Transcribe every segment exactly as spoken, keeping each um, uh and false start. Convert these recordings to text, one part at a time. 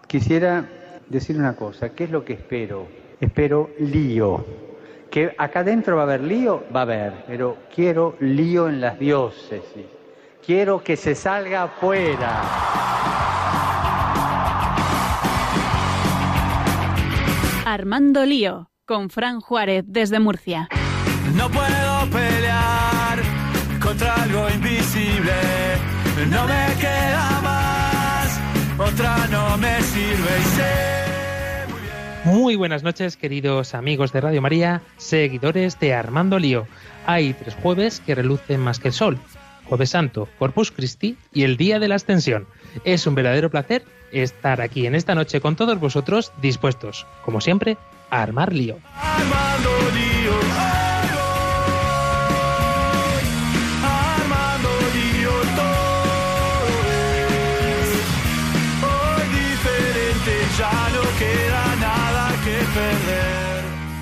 quisiera decir una cosa. ¿Qué es lo que espero? Espero lío. Que acá adentro va a haber lío, va a haber, pero quiero lío en las diócesis. Quiero que se salga afuera. Armando Lío, con Fran Juárez desde Murcia. No puedo pelear contra algo invisible, no me queda más, otra no me sirve y sé muy bien. Muy buenas noches, queridos amigos de Radio María, seguidores de Armando Lío. Hay tres jueves que relucen más que el sol: Jueves Santo, Corpus Christi y el Día de la Ascensión. Es un verdadero placer estar aquí en esta noche con todos vosotros, dispuestos, como siempre, a armar lío. Armando lío, ay, ay, Armando lío, todo es hoy diferente, ya no queda nada que perder.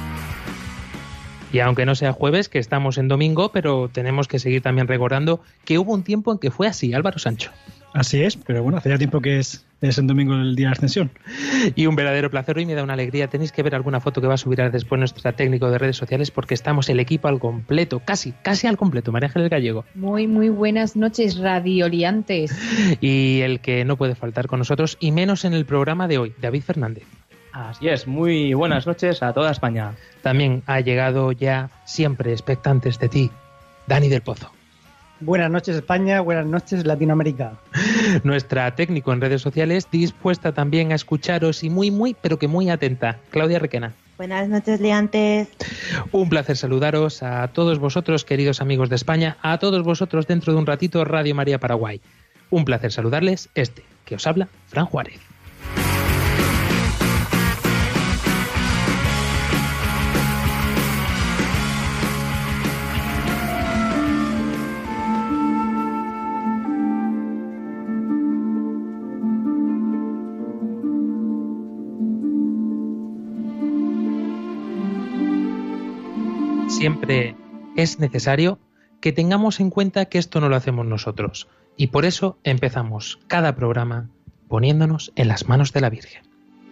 Y aunque no sea jueves, que estamos en domingo, pero tenemos que seguir también recordando que hubo un tiempo en que fue así, Álvaro Sancho. Así es, pero bueno, hace ya tiempo que es, es el domingo el día de la Ascensión. Y un verdadero placer, hoy me da una alegría. Tenéis que ver alguna foto que va a subir después nuestro técnico de redes sociales, porque estamos el equipo al completo, casi, casi al completo. María Ángeles Gallego. Muy, muy buenas noches, radioliantes. Y el que no puede faltar con nosotros, y menos en el programa de hoy, David Fernández. Así es, muy buenas noches a toda España. También ha llegado ya, siempre expectantes de ti, Dani del Pozo. Buenas noches España, buenas noches Latinoamérica. Nuestra técnico en redes sociales, dispuesta también a escucharos y muy, muy, pero que muy atenta, Claudia Requena. Buenas noches, liantes. Un placer saludaros a todos vosotros, queridos amigos de España, a todos vosotros dentro de un ratito Radio María Paraguay. Un placer saludarles, este que os habla, Fran Juárez. Siempre es necesario que tengamos en cuenta que esto no lo hacemos nosotros, y por eso empezamos cada programa poniéndonos en las manos de la Virgen.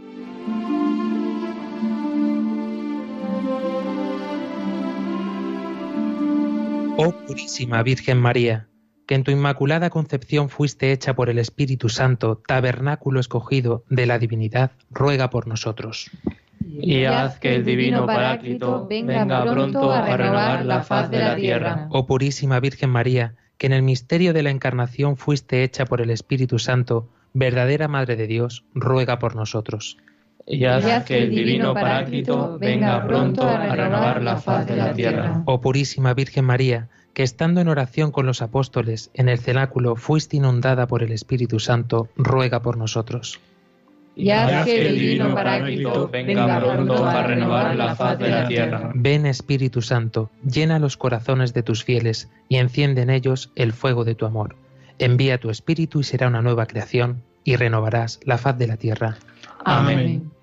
Oh purísima Virgen María, que en tu inmaculada concepción fuiste hecha por el Espíritu Santo, tabernáculo escogido de la divinidad, ruega por nosotros. Y haz que el divino Paráclito venga pronto a renovar la faz de la tierra. Oh purísima Virgen María, que en el misterio de la Encarnación fuiste hecha por el Espíritu Santo, verdadera Madre de Dios, ruega por nosotros. Y haz que el divino Paráclito venga pronto a renovar la faz de la tierra. Oh purísima Virgen María, que estando en oración con los apóstoles en el cenáculo fuiste inundada por el Espíritu Santo, ruega por nosotros. Y haz que el divino Paráclito venga pronto a renovar la faz de la tierra. Ven Espíritu Santo, llena los corazones de tus fieles y enciende en ellos el fuego de tu amor. Envía tu Espíritu y será una nueva creación y renovarás la faz de la tierra. Amén. Amén.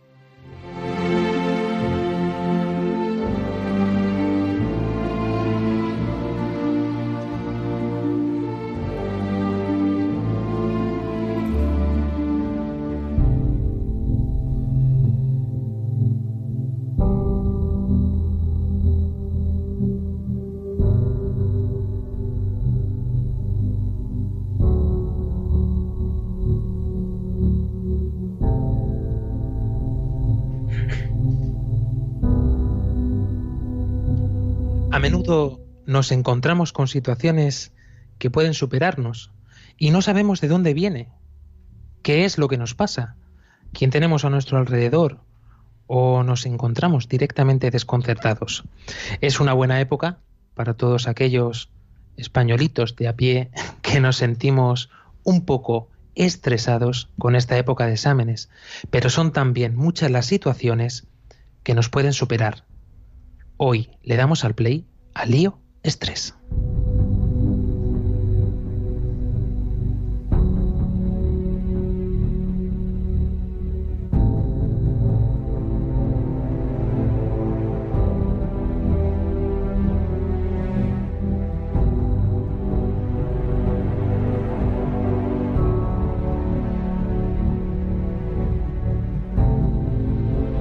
A menudo nos encontramos con situaciones que pueden superarnos y no sabemos de dónde viene, qué es lo que nos pasa, quién tenemos a nuestro alrededor o nos encontramos directamente desconcertados. Es una buena época para todos aquellos españolitos de a pie que nos sentimos un poco estresados con esta época de exámenes, pero son también muchas las situaciones que nos pueden superar. Hoy le damos al play a Lío Estrés.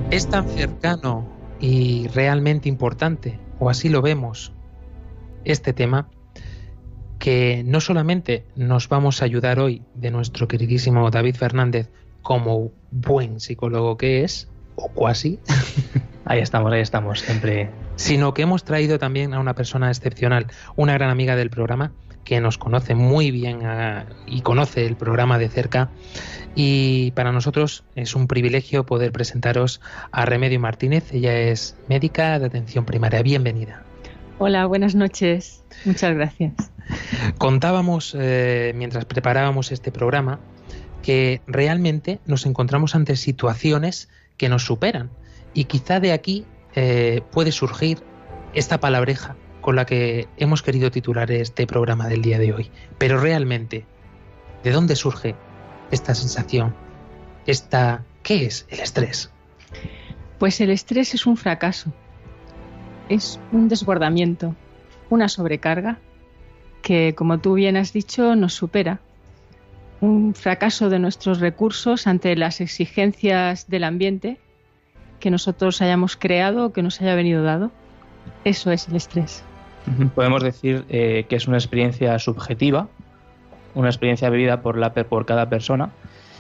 Es tan cercano y realmente importante, o así lo vemos, este tema, que no solamente nos vamos a ayudar hoy de nuestro queridísimo David Fernández como buen psicólogo que es, o cuasi. Ahí estamos, ahí estamos, siempre. Sino que hemos traído también a una persona excepcional, una gran amiga del programa, que nos conoce muy bien a, y conoce el programa de cerca. Y para nosotros es un privilegio poder presentaros a Remedio Martínez. Ella es médica de atención primaria. Bienvenida. Hola, buenas noches. Muchas gracias. Contábamos, eh, mientras preparábamos este programa, que realmente nos encontramos ante situaciones que nos superan. Y quizá de aquí eh, puede surgir esta palabreja con la que hemos querido titular este programa del día de hoy. Pero realmente, ¿de dónde surge esta sensación? Esta, ¿qué es el estrés? Pues el estrés es un fracaso. Es un desbordamiento, una sobrecarga que, como tú bien has dicho, nos supera. Un fracaso de nuestros recursos ante las exigencias del ambiente que nosotros hayamos creado o que nos haya venido dado. Eso es el estrés. Podemos decir eh, que es una experiencia subjetiva, una experiencia vivida por, la, por cada persona,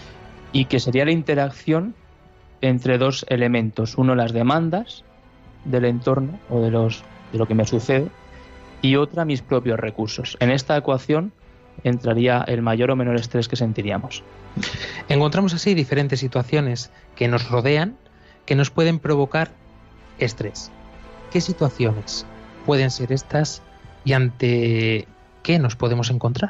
y que sería la interacción entre dos elementos. Uno, las demandas del entorno o de, los, de lo que me sucede, y otra, mis propios recursos. En esta ecuación entraría el mayor o menor estrés que sentiríamos. Encontramos así diferentes situaciones que nos rodean, que nos pueden provocar estrés. ¿Qué situaciones pueden ser estas y ante qué nos podemos encontrar?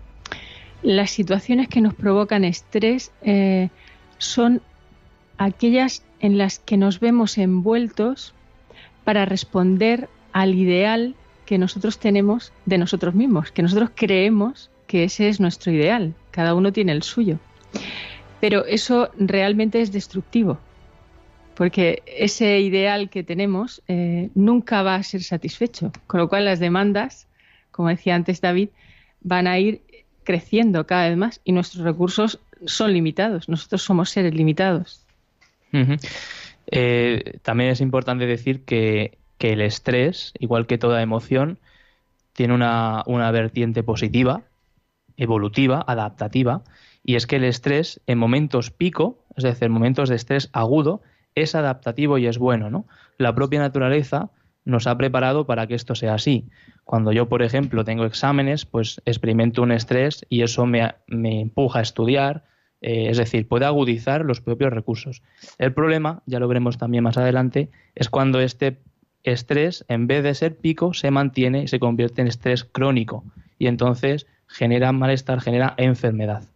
Las situaciones que nos provocan estrés eh, son aquellas en las que nos vemos envueltos para responder al ideal que nosotros tenemos de nosotros mismos, que nosotros creemos que ese es nuestro ideal. Cada uno tiene el suyo. Pero eso realmente es destructivo, porque ese ideal que tenemos eh, nunca va a ser satisfecho, con lo cual las demandas, como decía antes David, van a ir creciendo cada vez más y nuestros recursos son limitados, nosotros somos seres limitados. Uh-huh. Eh, también es importante decir que, que el estrés, igual que toda emoción, tiene una, una vertiente positiva, evolutiva, adaptativa, y es que el estrés en momentos pico, es decir, en momentos de estrés agudo, es adaptativo y es bueno, ¿no? La propia naturaleza nos ha preparado para que esto sea así. Cuando yo, por ejemplo, tengo exámenes, pues experimento un estrés y eso me, me empuja a estudiar, eh, es decir, puede agudizar los propios recursos. El problema, ya lo veremos también más adelante, es cuando este estrés, en vez de ser pico, se mantiene y se convierte en estrés crónico y entonces genera malestar, genera enfermedad.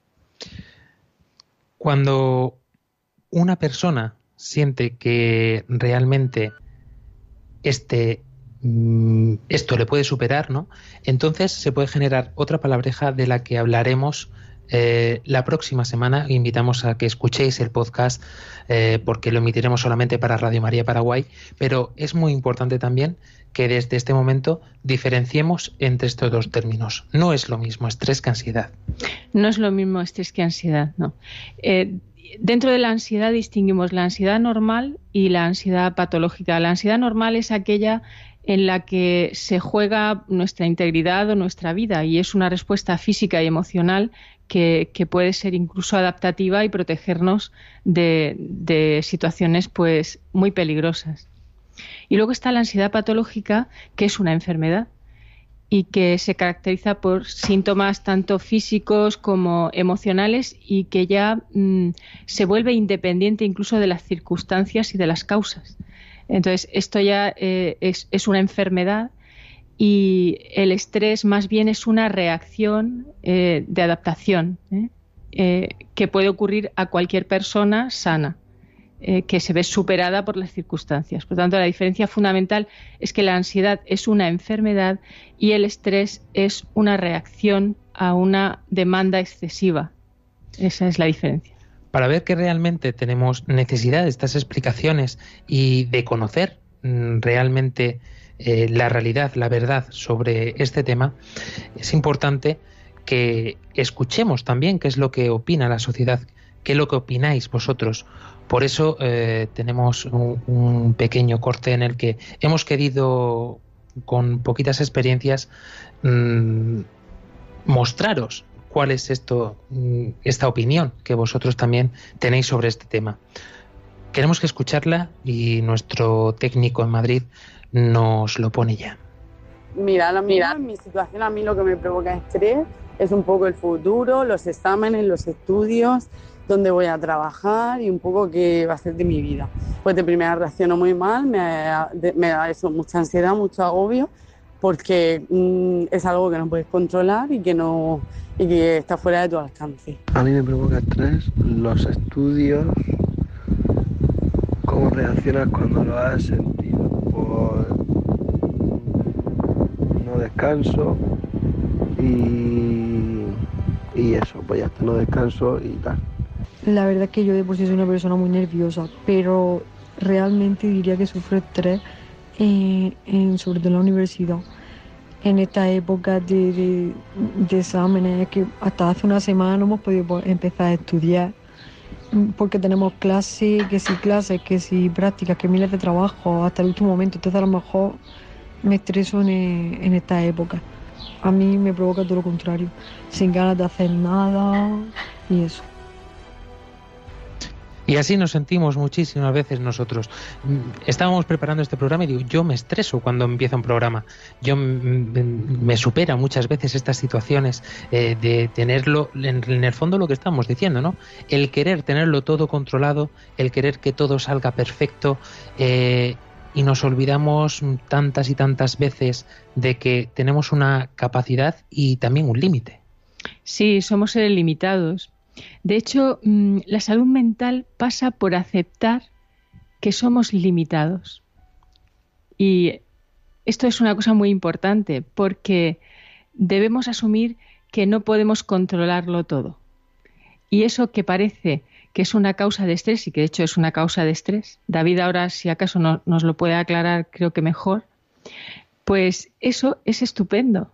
Cuando una persona siente que realmente este, esto le puede superar, ¿no? Entonces se puede generar otra palabreja de la que hablaremos eh, la próxima semana. Invitamos a que escuchéis el podcast eh, porque lo emitiremos solamente para Radio María Paraguay, pero es muy importante también que desde este momento diferenciemos entre estos dos términos. No es lo mismo estrés que ansiedad. No es lo mismo estrés que ansiedad, no. Eh, Dentro de la ansiedad distinguimos la ansiedad normal y la ansiedad patológica. La ansiedad normal es aquella en la que se juega nuestra integridad o nuestra vida y es una respuesta física y emocional que, que puede ser incluso adaptativa y protegernos de, de situaciones pues, muy peligrosas. Y luego está la ansiedad patológica, que es una enfermedad y que se caracteriza por síntomas tanto físicos como emocionales y que ya mmm, se vuelve independiente incluso de las circunstancias y de las causas. Entonces, esto ya eh, es, es una enfermedad y el estrés más bien es una reacción eh, de adaptación ¿eh? Eh, que puede ocurrir a cualquier persona sana. Eh, que se ve superada por las circunstancias. Por lo tanto, la diferencia fundamental es que la ansiedad es una enfermedad y el estrés es una reacción a una demanda excesiva. Esa es la diferencia. Para ver que realmente tenemos necesidad de estas explicaciones y de conocer mmm, realmente eh, la realidad, la verdad sobre este tema, es importante que escuchemos también qué es lo que opina la sociedad, qué es lo que opináis vosotros. Por eso eh, tenemos un, un pequeño corte en el que hemos querido, con poquitas experiencias, mmm, mostraros cuál es esto, esta opinión que vosotros también tenéis sobre este tema. Queremos que escucharla y nuestro técnico en Madrid nos lo pone ya. Mira, la mira, mi situación, a mí lo que me provoca estrés es un poco el futuro, los exámenes, los estudios, dónde voy a trabajar y un poco qué va a ser de mi vida. Pues de primera reacciono muy mal, me, me da eso, mucha ansiedad, mucho agobio, porque mmm, es algo que no puedes controlar y que no y que está fuera de tu alcance. A mí me provoca estrés los estudios, cómo reaccionas cuando lo has sentido. Pues no descanso y, y eso, pues ya está, no descanso y tal. La verdad es que yo de por sí soy una persona muy nerviosa, pero realmente diría que sufro estrés en, en, sobre todo en la universidad. En esta época de, de, de exámenes, que hasta hace una semana no hemos podido empezar a estudiar, porque tenemos clases, que si clases, que si prácticas, que miles de trabajos, hasta el último momento. Entonces a lo mejor me estreso en, en esta época. A mí me provoca todo lo contrario, sin ganas de hacer nada y eso. Y así nos sentimos muchísimas veces nosotros. Estábamos preparando este programa y digo, yo me estreso cuando empieza un programa. Yo me supera muchas veces estas situaciones eh, de tenerlo, en, en el fondo lo que estamos diciendo, ¿no? El querer tenerlo todo controlado, el querer que todo salga perfecto, eh, y nos olvidamos tantas y tantas veces de que tenemos una capacidad y también un límite. Sí, somos seres limitados. De hecho, la salud mental pasa por aceptar que somos limitados. Y esto es una cosa muy importante porque debemos asumir que no podemos controlarlo todo. Y eso que parece que es una causa de estrés, y que de hecho es una causa de estrés, David ahora si acaso no, nos lo puede aclarar, creo que mejor, pues eso es estupendo.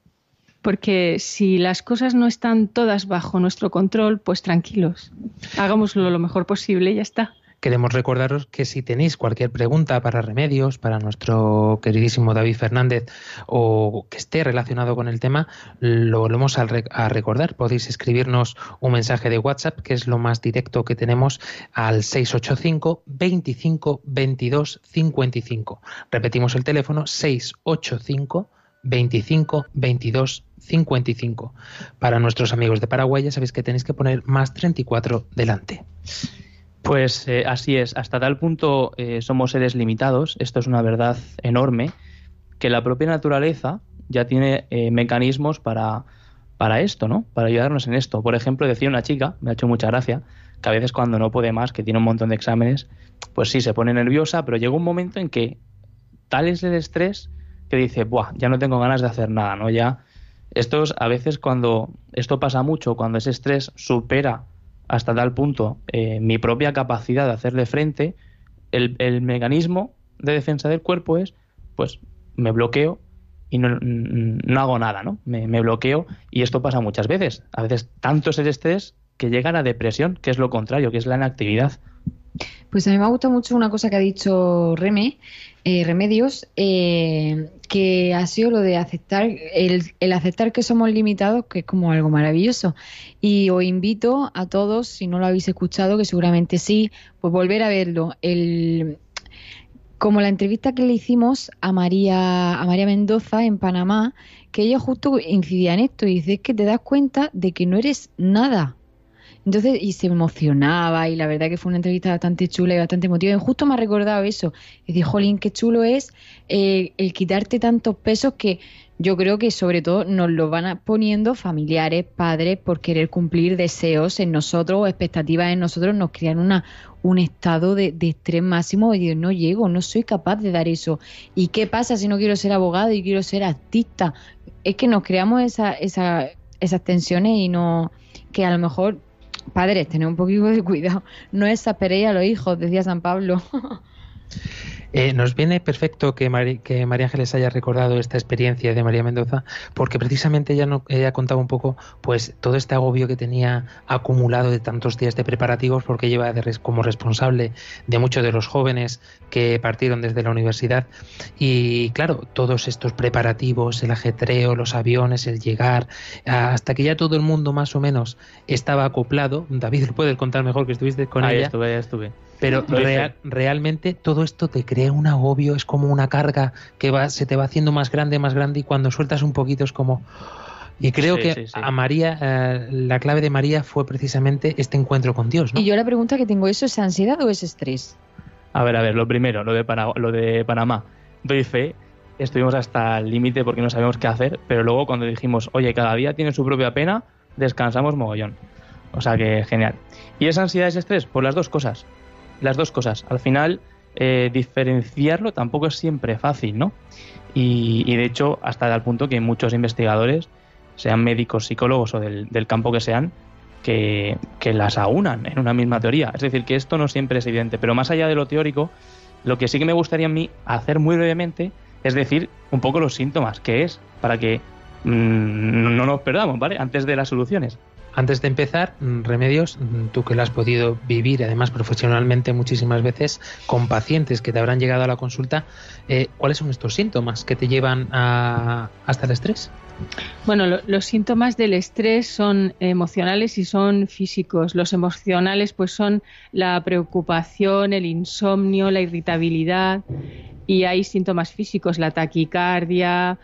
Porque si las cosas no están todas bajo nuestro control, pues tranquilos, hagámoslo lo mejor posible y ya está. Queremos recordaros que si tenéis cualquier pregunta para Remedios, para nuestro queridísimo David Fernández, o que esté relacionado con el tema, lo volvemos a, re- a recordar. Podéis escribirnos un mensaje de WhatsApp, que es lo más directo que tenemos, al seis ocho cinco, veinticinco, veintidós, cincuenta y cinco. Repetimos el teléfono, seis ocho cinco, veinticinco, veintidós, cincuenta y cinco. Para nuestros amigos de Paraguay ya sabéis que tenéis que poner más treinta y cuatro delante. Pues eh, así es, hasta tal punto eh, somos seres limitados, esto es una verdad enorme, que la propia naturaleza ya tiene eh, mecanismos para, para esto, ¿no? Para ayudarnos en esto. Por ejemplo, decía una chica, me ha hecho mucha gracia, que a veces cuando no puede más, que tiene un montón de exámenes, pues sí, se pone nerviosa, pero llega un momento en que tal es el estrés que dice, buah, ya no tengo ganas de hacer nada, ¿no? Ya, esto es, a veces cuando, esto pasa mucho, cuando ese estrés supera hasta tal punto eh, mi propia capacidad de hacerle frente, el, el mecanismo de defensa del cuerpo es, pues, me bloqueo y no, no hago nada, ¿no? Me, me bloqueo, y esto pasa muchas veces. A veces tanto es el estrés que llega a la depresión, que es lo contrario, que es la inactividad. Pues a mí me ha gustado mucho una cosa que ha dicho Reme, eh, Remedios, eh, que ha sido lo de aceptar, el, el aceptar que somos limitados, que es como algo maravilloso. Y os invito a todos, si no lo habéis escuchado, que seguramente sí, pues volver a verlo. El, como la entrevista que le hicimos a María, a María Mendoza en Panamá, que ella justo incidía en esto y dice, es que te das cuenta de que no eres nada. Entonces, y se emocionaba, y la verdad que fue una entrevista bastante chula y bastante emotiva. Y justo me ha recordado eso. Y dije, jolín, qué chulo es eh, el quitarte tantos pesos que yo creo que sobre todo nos lo van a poniendo familiares, padres, por querer cumplir deseos en nosotros o expectativas en nosotros. Nos crean una, un estado de, de estrés máximo y de no llego, no soy capaz de dar eso. ¿Y qué pasa si no quiero ser abogado y quiero ser artista? Es que nos creamos esa, esa, esas tensiones y no, que a lo mejor... Padres, tened un poquito de cuidado. No exasperéis a los hijos, decía San Pablo. Eh, nos viene perfecto que, Mari, que María Ángeles haya recordado esta experiencia de María Mendoza, porque precisamente ella, no, ella contaba un poco pues todo este agobio que tenía acumulado de tantos días de preparativos, porque lleva de res, como responsable de muchos de los jóvenes que partieron desde la universidad. Y claro, todos estos preparativos, el ajetreo, los aviones, el llegar, hasta que ya todo el mundo más o menos estaba acoplado. David lo puedes contar mejor, que estuviste con ahí ella. Estuve, ahí estuve. Pero real, realmente todo esto te crea un agobio, es como una carga que va, se te va haciendo más grande, más grande, y cuando sueltas un poquito es como... Y creo sí, que sí, sí. a María, eh, la clave de María fue precisamente este encuentro con Dios, ¿no? Y yo la pregunta que tengo, ¿eso es ansiedad o es estrés? A ver, a ver, lo primero, lo de, Pana, lo de Panamá. Doy fe, estuvimos hasta el límite porque no sabíamos qué hacer, pero luego cuando dijimos, oye, cada día tiene su propia pena, descansamos mogollón. O sea que genial. ¿Y esa ansiedad, ese estrés? Pues las dos cosas. Las dos cosas. Al final, eh, diferenciarlo tampoco es siempre fácil, ¿no? Y, y de hecho, hasta al punto que muchos investigadores, sean médicos, psicólogos o del, del campo que sean, que, que las aunan en una misma teoría. Es decir, que esto no siempre es evidente. Pero más allá de lo teórico, lo que sí que me gustaría a mí hacer muy brevemente es decir un poco los síntomas, que es, para que mmm, no nos perdamos, ¿vale? Antes de las soluciones. Antes de empezar, Remedios, tú que lo has podido vivir, además profesionalmente muchísimas veces, con pacientes que te habrán llegado a la consulta, eh, ¿cuáles son estos síntomas que te llevan a, hasta el estrés? Bueno, lo, los síntomas del estrés son emocionales y son físicos. Los emocionales pues son la preocupación, el insomnio, la irritabilidad. Y hay síntomas físicos, la taquicardia,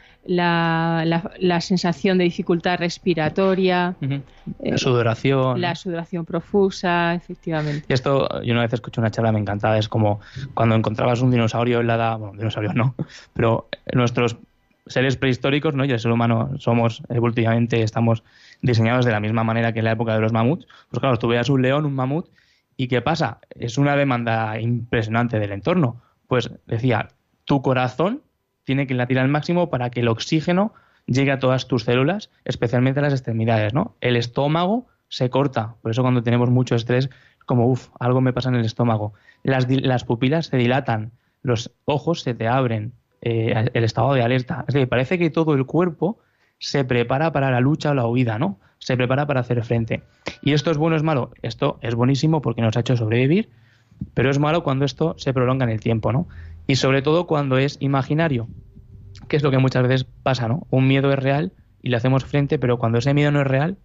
la, la, la sensación de dificultad respiratoria. Uh-huh. La sudoración. Eh, la sudoración profusa, efectivamente. Y esto, yo una vez escuché una charla, me encantaba, es como cuando encontrabas un dinosaurio en la edad, bueno, dinosaurios no, pero nuestros seres prehistóricos, ¿no? Y el ser humano somos, evolutivamente, estamos diseñados de la misma manera que en la época de los mamuts. Pues claro, tú veas un león, un mamut, ¿y qué pasa? Es una demanda impresionante del entorno. Pues decía, tu corazón tiene que latir al máximo para que el oxígeno llegue a todas tus células, especialmente a las extremidades, ¿no? El estómago se corta, por eso cuando tenemos mucho estrés, como uff, algo me pasa en el estómago. Las, las pupilas se dilatan, los ojos se te abren, eh, el estado de alerta. Es decir, parece que todo el cuerpo se prepara para la lucha o la huida, ¿no? Se prepara para hacer frente. ¿Y esto es bueno o es malo? Esto es buenísimo porque nos ha hecho sobrevivir, pero es malo cuando esto se prolonga en el tiempo, ¿no? Y sobre todo cuando es imaginario, que es lo que muchas veces pasa, ¿no? Un miedo es real y le hacemos frente, pero cuando ese miedo no es real,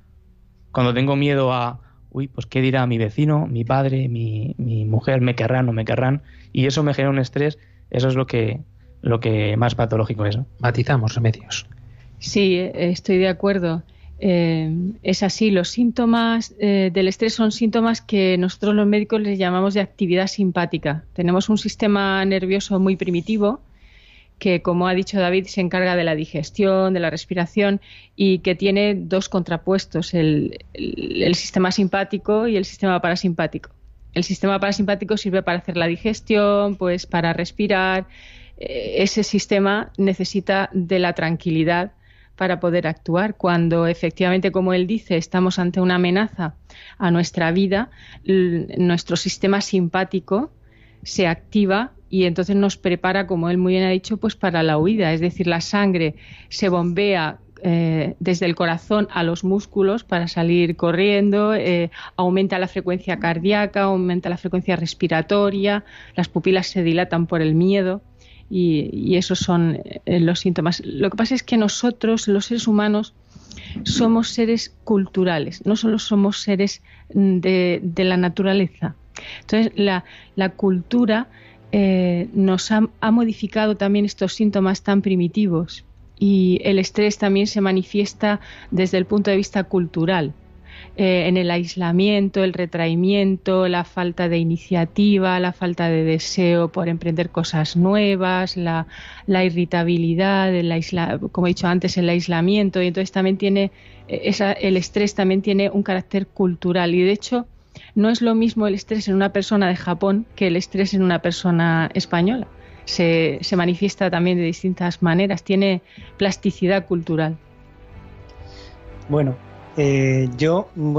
cuando tengo miedo a, uy, pues qué dirá mi vecino, mi padre, mi, mi mujer, me querrán, no me querrán, y eso me genera un estrés, eso es lo que, lo que más patológico es, ¿no? Matizamos, Remedios. Sí, estoy de acuerdo. Eh, es así, los síntomas eh, del estrés son síntomas que nosotros los médicos les llamamos de actividad simpática. Tenemos un sistema nervioso muy primitivo que, como ha dicho David, se encarga de la digestión, de la respiración y que tiene dos contrapuestos, el, el, el sistema simpático y el sistema parasimpático. El sistema parasimpático sirve para hacer la digestión, pues para respirar. Eh, ese sistema necesita de la tranquilidad para poder actuar. Cuando efectivamente, como él dice, estamos ante una amenaza a nuestra vida, nuestro sistema simpático se activa y entonces nos prepara, como él muy bien ha dicho, pues para la huida. Es decir, la sangre se bombea eh, desde el corazón a los músculos para salir corriendo, eh, aumenta la frecuencia cardíaca, aumenta la frecuencia respiratoria, las pupilas se dilatan por el miedo. Y, y esos son eh, los síntomas. Lo que pasa es que nosotros, los seres humanos, somos seres culturales, no solo somos seres de, de la naturaleza. Entonces, la, la cultura eh, nos ha, ha modificado también estos síntomas tan primitivos y el estrés también se manifiesta desde el punto de vista cultural. Eh, en el aislamiento, el retraimiento, la falta de iniciativa, la falta de deseo por emprender cosas nuevas, la, la irritabilidad, el aisla, como he dicho antes, el aislamiento. Y entonces también tiene esa, el estrés también tiene un carácter cultural. Y de hecho no es lo mismo el estrés en una persona de Japón que el estrés en una persona española. Se, se manifiesta también de distintas maneras, tiene plasticidad cultural. Bueno. Eh, yo, bueno,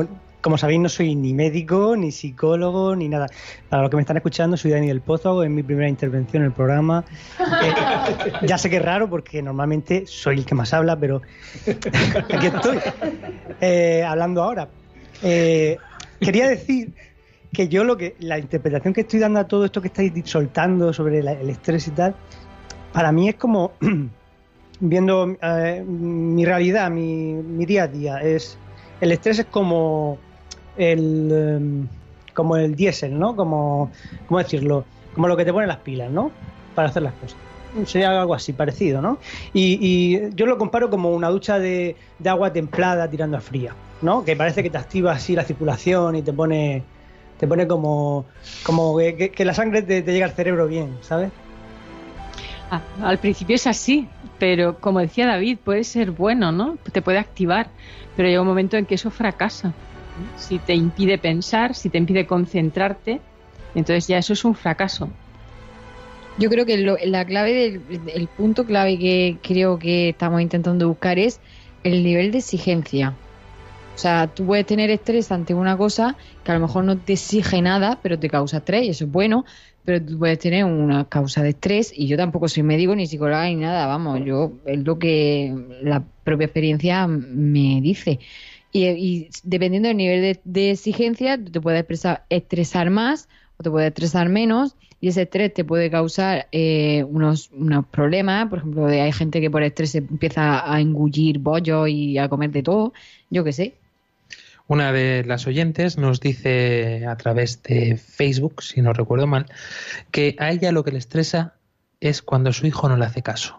como sabéis, no soy ni médico, ni psicólogo, ni nada. Para los que me están escuchando, soy Dani del Pozo, es mi primera intervención en el programa. Eh, ya sé que es raro porque normalmente soy el que más habla, pero aquí estoy, eh, hablando ahora. Eh, quería decir que yo lo que la interpretación que estoy dando a todo esto que estáis soltando sobre la, el estrés y tal, para mí es como viendo eh, mi realidad, mi, mi día a día. Es el estrés es como el um, como el diésel, ¿no? Como, ¿cómo decirlo? Como lo que te pone las pilas, ¿no? Para hacer las cosas. Sería algo así, parecido, ¿no? Y, y yo lo comparo como una ducha de, de agua templada tirando a fría, ¿no? Que parece que te activa así la circulación y te pone te pone como, como que, que, que la sangre te, te llega al cerebro bien, ¿sabes? Ah, al principio es así, pero como decía David, puede ser bueno, ¿no? Te puede activar, pero llega un momento en que eso fracasa. Si te impide pensar, si te impide concentrarte, entonces ya eso es un fracaso. Yo creo que lo, la clave, del, el punto clave que creo que estamos intentando buscar es el nivel de exigencia. O sea, tú puedes tener estrés ante una cosa que a lo mejor no te exige nada, pero te causa estrés y eso es bueno, pero tú puedes tener una causa de estrés y yo tampoco soy médico ni psicóloga ni nada, vamos, yo es lo que la propia experiencia me dice. Y, y dependiendo del nivel de, de exigencia, tú te puedes expresar, estresar más o te puedes estresar menos y ese estrés te puede causar eh, unos, unos problemas. Por ejemplo, de, hay gente que por estrés se empieza a engullir bollos y a comer de todo, yo qué sé. Una de las oyentes nos dice a través de Facebook, si no recuerdo mal, que a ella lo que le estresa es cuando su hijo no le hace caso.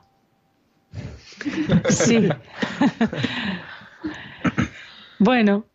Sí. Bueno.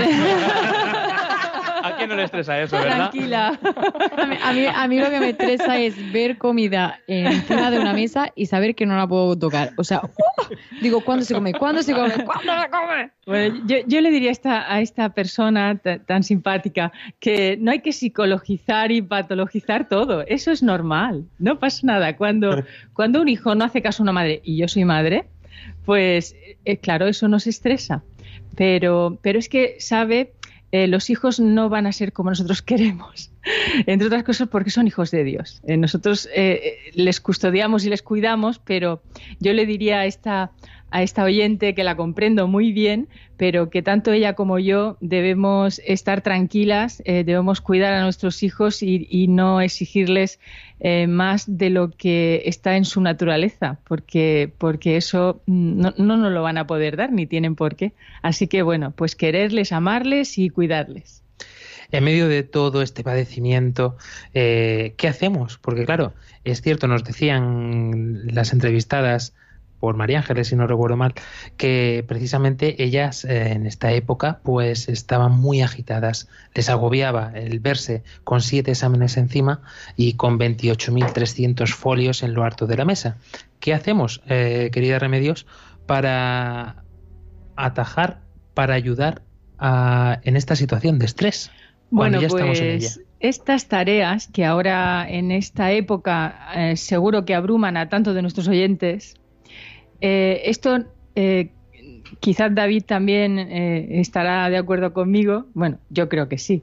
¿A quién no le estresa eso, verdad? Tranquila. A mí, a, mí, a mí lo que me estresa es ver comida encima de una mesa y saber que no la puedo tocar. O sea, ¡uh! Digo, ¿cuándo se come? ¿Cuándo se come? ¿Cuándo se come? Bueno, yo, yo le diría a esta, a esta persona t- tan simpática que no hay que psicologizar y patologizar todo. Eso es normal. No pasa nada. Cuando, cuando un hijo no hace caso a una madre, y yo soy madre, pues eh, claro, eso nos estresa. Pero, pero es que, ¿sabe? Eh, los hijos no van a ser como nosotros queremos, entre otras cosas porque son hijos de Dios. Eh, nosotros eh, les custodiamos y les cuidamos, pero yo le diría a esta, a esta oyente que la comprendo muy bien, pero que tanto ella como yo debemos estar tranquilas, eh, debemos cuidar a nuestros hijos y, y no exigirles eh, más de lo que está en su naturaleza, porque, porque eso no, no nos lo van a poder dar ni tienen por qué. Así que bueno, pues quererles, amarles y cuidarles. En medio de todo este padecimiento, eh, ¿qué hacemos? Porque claro, es cierto, nos decían las entrevistadas por María Ángeles, si no recuerdo mal, que precisamente ellas eh, en esta época pues estaban muy agitadas, les agobiaba el verse con siete exámenes encima y con veintiocho mil trescientos folios en lo harto de la mesa. ¿Qué hacemos, eh, querida Remedios, para atajar, para ayudar a, en esta situación de estrés? Bueno, ya pues estamos en ella. Estas tareas que ahora en esta época eh, seguro que abruman a tanto de nuestros oyentes, eh, esto eh, quizás David también eh, estará de acuerdo conmigo. Bueno, yo creo que sí.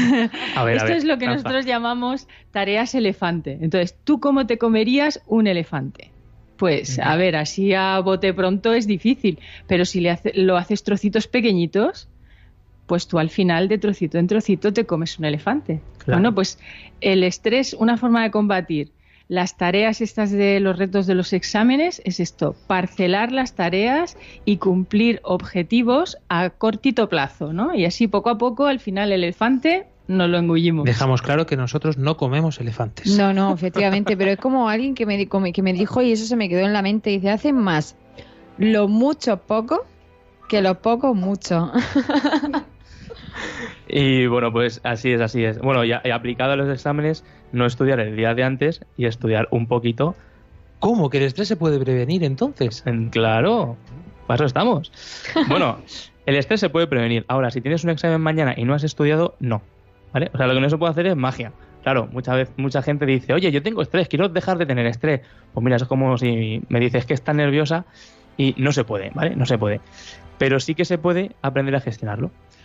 A ver, esto a ver, es lo que Rafa. nosotros llamamos tareas elefante. Entonces, ¿tú cómo te comerías un elefante? Pues, a ver, así a bote pronto es difícil, pero si le hace, lo haces trocitos pequeñitos, pues tú al final de trocito en trocito te comes un elefante. Claro. Bueno, pues el estrés, una forma de combatir las tareas estas de los retos de los exámenes es esto, parcelar las tareas y cumplir objetivos a cortito plazo, ¿no? Y así poco a poco al final el elefante nos lo engullimos. Dejamos claro que nosotros no comemos elefantes. No, no, efectivamente, pero es como alguien que me, di- como- que me dijo y eso se me quedó en la mente, dice, hacen más los muchos pocos que los pocos muchos. Y bueno, pues así es, así es. Bueno, ya he aplicado a los exámenes, no estudiar el día de antes y estudiar un poquito. ¿Cómo? ¿Que el estrés se puede prevenir entonces? En- Claro, para eso estamos. Bueno, el estrés se puede prevenir. Ahora, si tienes un examen mañana y no has estudiado, no. ¿Vale? O sea, lo que no se puede hacer es magia. Claro, mucha vez, mucha gente dice, oye, yo tengo estrés, quiero dejar de tener estrés. Pues mira, es como si me dices que estás nerviosa y no se puede, ¿vale? No se puede. Pero sí que se puede aprender a gestionarlo.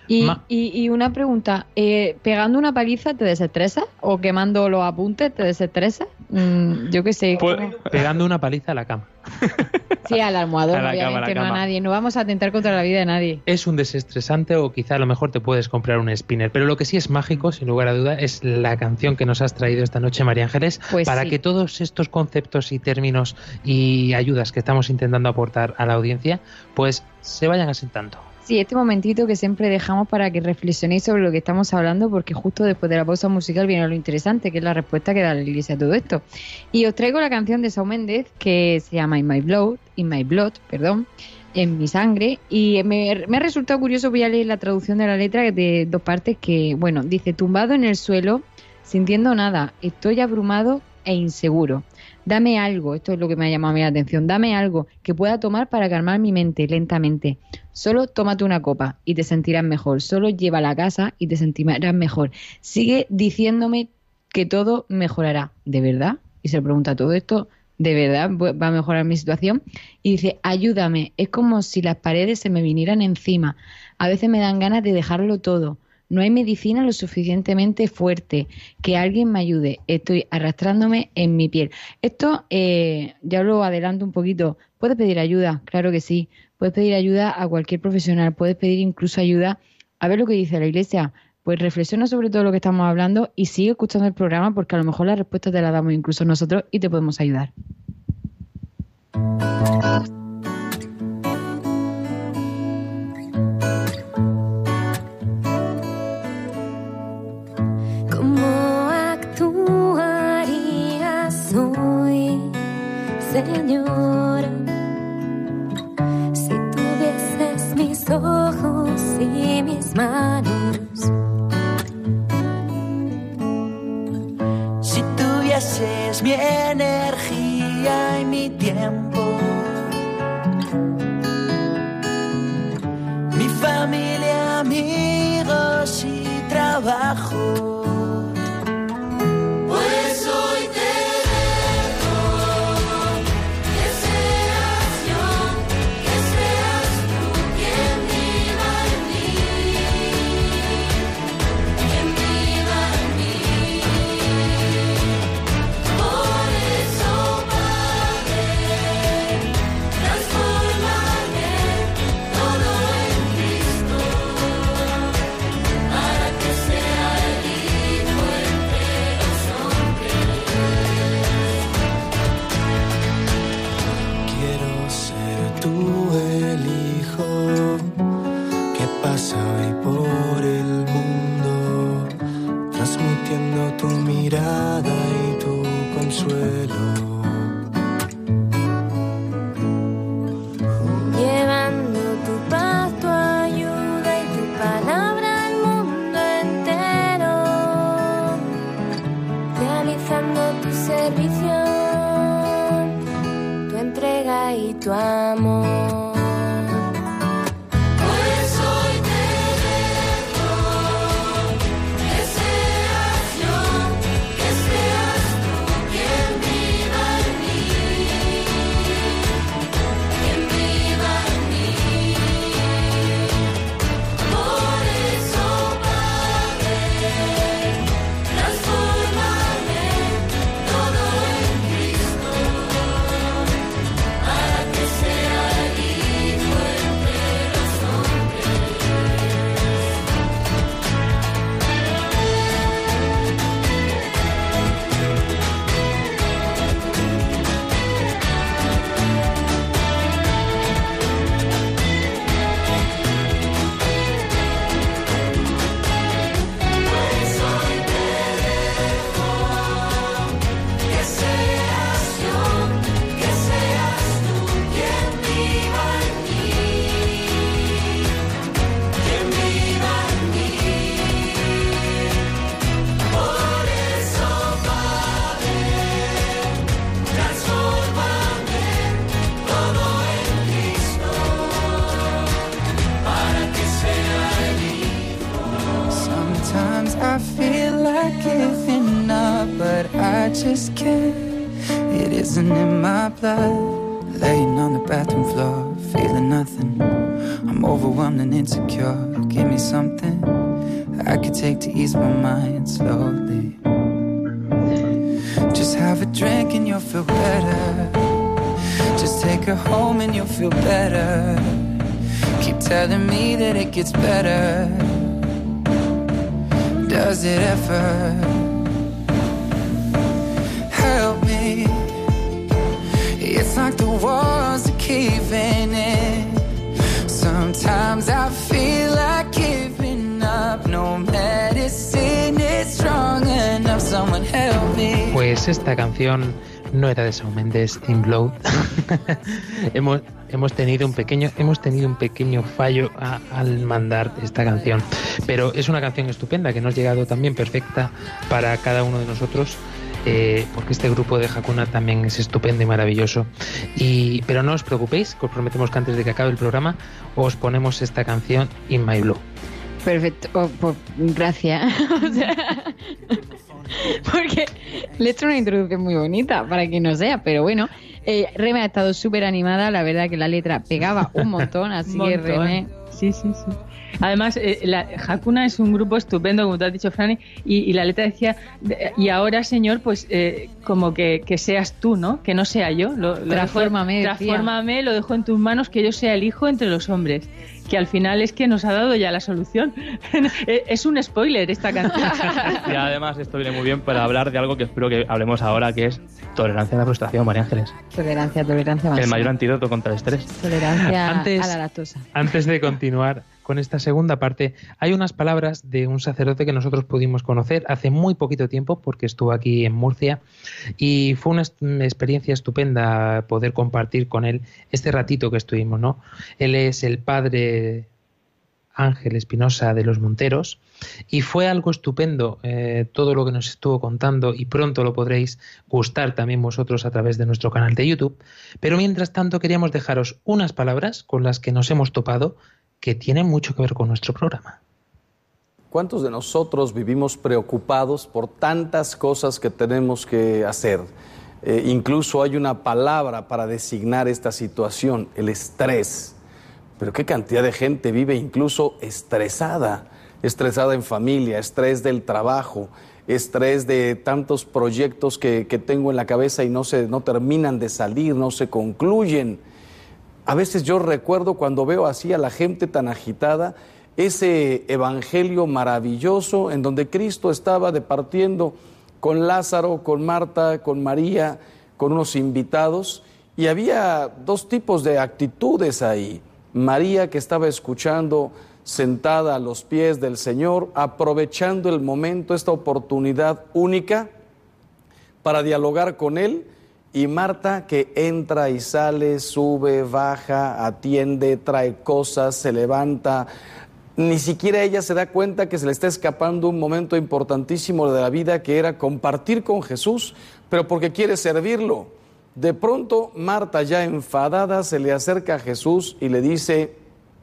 Y, y, y una pregunta, eh, ¿pegando una paliza te desestresa? ¿O quemando los apuntes te desestresa? Mm, yo qué sé. Pues, pegando una paliza a la cama. Sí, al almohadón, a la obviamente, cama, a la no cama. a nadie. No vamos a atentar contra la vida de nadie. Es un desestresante o quizá a lo mejor te puedes comprar un spinner. Pero lo que sí es mágico, sin lugar a duda, es la canción que nos has traído esta noche, María Ángeles, Pues para sí. que todos estos conceptos y términos y ayudas que estamos intentando aportar a la audiencia, pues se vayan asentando. Sí, este momentito que siempre dejamos para que reflexionéis sobre lo que estamos hablando, porque justo después de la pausa musical viene lo interesante, que es la respuesta que da la Iglesia a todo esto. Y os traigo la canción de Shawn Mendes, que se llama In My Blood, In My Blood, perdón, en mi sangre, y me, me ha resultado curioso, voy a leer la traducción de la letra de dos partes, que, bueno, dice: tumbado en el suelo, sintiendo nada, estoy abrumado e inseguro. Dame algo, esto es lo que me ha llamado a mí la atención, dame algo que pueda tomar para calmar mi mente lentamente. Solo tómate una copa y te sentirás mejor. Solo llévala a casa y te sentirás mejor. Sigue diciéndome que todo mejorará. ¿De verdad? Y se pregunta, ¿todo esto de verdad va a mejorar mi situación? Y dice, ayúdame. Es como si las paredes se me vinieran encima. A veces me dan ganas de dejarlo todo. No hay medicina lo suficientemente fuerte. Que alguien me ayude. Estoy arrastrándome en mi piel. Esto, eh, ya lo adelanto un poquito. Puedes pedir ayuda, claro que sí. Puedes pedir ayuda a cualquier profesional. Puedes pedir incluso ayuda a ver lo que dice la Iglesia. Pues reflexiona sobre todo lo que estamos hablando y sigue escuchando el programa, porque a lo mejor la respuesta te la damos incluso nosotros y te podemos ayudar. ¿Cómo actuarías hoy, Señor, si tuvieses mis ojos y mis manos? Si tuvieses mi energía y mi tiempo, mi familia, amigos y trabajo. Pues hoy te dejo, que seas yo, que seas tú quien viva en mí, quien viva en mí. Por eso, Padre, transfórmame todo en Cristo, para que sea el Hijo entre los hombres. Quiero ser tú el hijo que pasa hoy por el mundo, transmitiendo tu mirada y tu consuelo. Llevando tu paz, tu ayuda y tu palabra al mundo entero, realizando tu servicio, tu entrega y tu amor. Pues hoy te dejo, que seas yo, que seas tú quien viva en mí, quien viva en mí. Por eso, Padre, transfórmame todo en Cristo, para que sea el Hijo entre los hombres. Pues hoy te dejo, que seas yo, que seas tú quien viva en mí, quien viva en mí. Por eso, Padre, transfórmame todo en Cristo, para que sea el Hijo. Sometimes I feel like giving up, but I just can't. It isn't in my blood. Laying on the bathroom floor, feeling nothing. I'm overwhelmed and insecure. Give me something I could take to ease my mind slowly. Just have a drink and you'll feel better. Just take her home and you'll feel better. Keep telling me that it gets better. Does it ever? Help me. It's like the walls are caving in. Sometimes I feel like giving up. No medicine is strong enough. Someone help me. Pues esta canción no era de Shawn Mendes, In Blood. hemos hemos tenido un pequeño hemos tenido un pequeño fallo a, al mandar esta canción, pero es una canción estupenda que nos ha llegado también perfecta para cada uno de nosotros. Eh, porque este grupo de Hakuna también es estupendo y maravilloso. Y, pero no os preocupéis, que os prometemos que antes de que acabe el programa os ponemos esta canción, In My Blue. Perfecto, oh, pues, gracias. O sea, porque le he hecho una introducción muy bonita para que no sea, pero bueno, eh, Reme ha estado súper animada, la verdad que la letra pegaba un montón, así un que montón. Reme... Sí, sí, sí. Además, eh, la, Hakuna es un grupo estupendo, como tú has dicho, Franny, y, y la letra decía, y ahora, Señor, pues eh, como que, que seas tú, ¿no? Que no sea yo. Lo, lo Transfórmame, dejo, transfórmame, lo dejo en tus manos, que yo sea el hijo entre los hombres. Que al final es que nos ha dado ya la solución. Es un spoiler esta canción. Y además esto viene muy bien para hablar de algo que espero que hablemos ahora, que es tolerancia a la frustración, María Ángeles. Tolerancia, tolerancia máxima. El mayor antídoto contra el estrés. Tolerancia antes, a la lactosa. Antes de continuar con esta segunda parte, hay unas palabras de un sacerdote que nosotros pudimos conocer hace muy poquito tiempo, porque estuvo aquí en Murcia, y fue una, una experiencia estupenda poder compartir con él este ratito que estuvimos, ¿no? Él es el padre Ángel Espinosa de los Monteros, y fue algo estupendo eh, todo lo que nos estuvo contando, y pronto lo podréis gustar también vosotros a través de nuestro canal de YouTube. Pero mientras tanto queríamos dejaros unas palabras con las que nos hemos topado, que tienen mucho que ver con nuestro programa. ¿Cuántos de nosotros vivimos preocupados por tantas cosas que tenemos que hacer? Eh, incluso hay una palabra para designar esta situación, el estrés. Pero qué cantidad de gente vive incluso estresada, estresada en familia, estrés del trabajo, estrés de tantos proyectos que, que tengo en la cabeza y no, se, no terminan de salir, no se concluyen. A veces yo recuerdo cuando veo así a la gente tan agitada, ese evangelio maravilloso en donde Cristo estaba departiendo con Lázaro, con Marta, con María, con unos invitados, y había dos tipos de actitudes ahí. María, que estaba escuchando sentada a los pies del Señor, aprovechando el momento, esta oportunidad única para dialogar con Él, y Marta, que entra y sale, sube, baja, atiende, trae cosas, se levanta. Ni siquiera ella se da cuenta que se le está escapando un momento importantísimo de la vida, que era compartir con Jesús, pero porque quiere servirlo. De pronto, Marta, ya enfadada, se le acerca a Jesús y le dice: